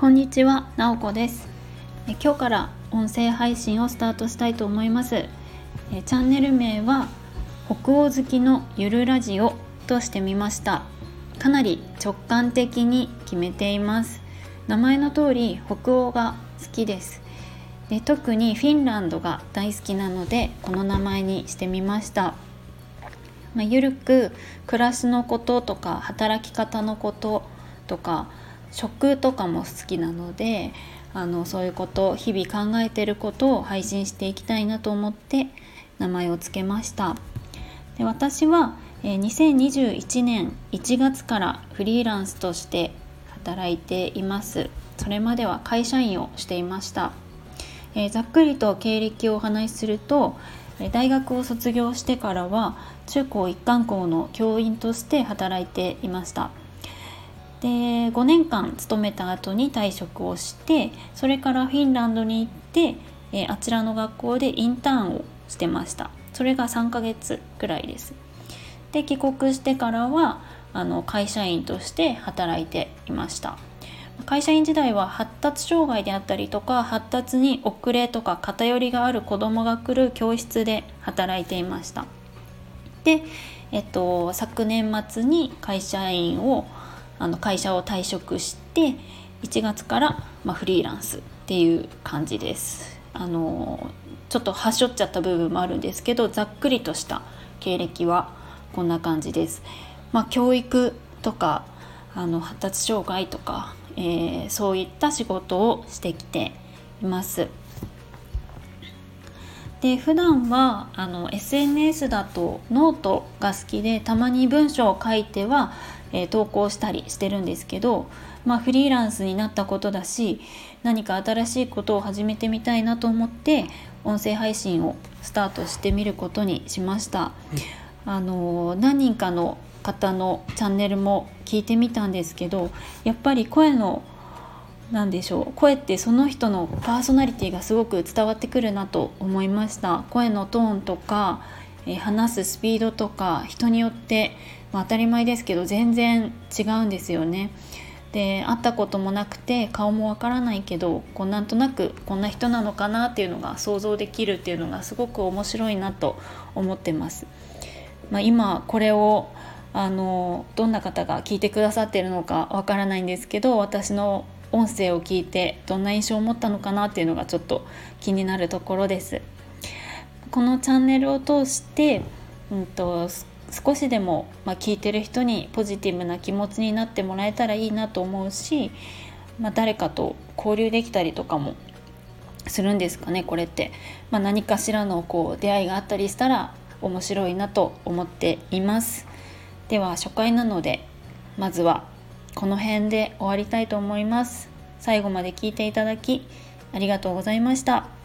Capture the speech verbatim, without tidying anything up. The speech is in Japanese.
こんにちは、なおこです。え今日から音声配信をスタートしたいと思います。えチャンネル名は北欧好きのゆるラジオとしてみました。かなり直感的に決めています。名前の通り北欧が好きです。で特にフィンランドが大好きなのでこの名前にしてみました。まあ、ゆるく暮らしのこととか働き方のこととか食とかも好きなので、あのそういうこと日々考えていることを配信していきたいなと思って名前をつけました。で私は、えー、にせんにじゅういちねんいちがつからフリーランスとして働いています。それまでは会社員をしていました。えー、ざっくりと経歴をお話しすると、大学を卒業してからは中高一貫校の教員として働いていました。でごねんかん勤めた後に退職をして、それからフィンランドに行って、えー、あちらの学校でインターンをしてました。それがさんかげつくらいです。で帰国してからはあの会社員として働いていました。会社員時代は発達障害であったりとか発達に遅れとか偏りがある子どもが来る教室で働いていました。で、えっと、昨年末に会社員をあの会社を退職していちがつから、まあ、フリーランスっていう感じです。あのちょっとはしょっちゃった部分もあるんですけど、ざっくりとした経歴はこんな感じです。まあ、教育とかあの発達障害とかえー、そういった仕事をしてきています。で普段はあの エスエヌエス だとノートが好きで、たまに文章を書いては、えー、投稿したりしてるんですけど、まあ、フリーランスになったことだし何か新しいことを始めてみたいなと思って音声配信をスタートしてみることにしました。あの何人かの方のチャンネルも聞いてみたんですけど、やっぱり声のなんでしょう声ってその人のパーソナリティがすごく伝わってくるなと思いました。声のトーンとか、えー、話すスピードとか人によって、まあ、当たり前ですけど全然違うんですよね。で会ったこともなくて顔もわからないけどこうなんとなくこんな人なのかなっていうのが想像できるっていうのがすごく面白いなと思ってます。まあ、今これをあのどんな方が聞いてくださっているのかわからないんですけど、私の音声を聞いてどんな印象を持ったのかなっていうのがちょっと気になるところです。このチャンネルを通して、うんと、少しでも、まあ、聞いてる人にポジティブな気持ちになってもらえたらいいなと思うし、まあ、誰かと交流できたりとかもするんですかねこれって、まあ、何かしらのこう出会いがあったりしたら面白いなと思っています。では初回なのでまずはこの辺で終わりたいと思います。最後まで聞いていただきありがとうございました。